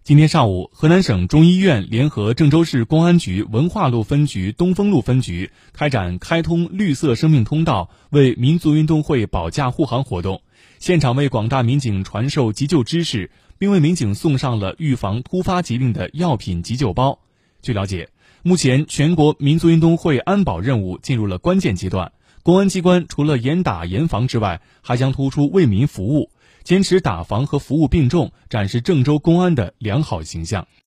今天上午，河南省中医院联合郑州市公安局文化路分局、东风路分局开展开通绿色生命通道为民族运动会保驾护航活动，现场为广大民警传授急救知识，并为民警送上了预防突发疾病的药品急救包。据了解，目前全国民族运动会安保任务进入了关键阶段，公安机关除了严打严防之外，还将突出为民服务，坚持打防和服务并重，展示郑州公安的良好形象。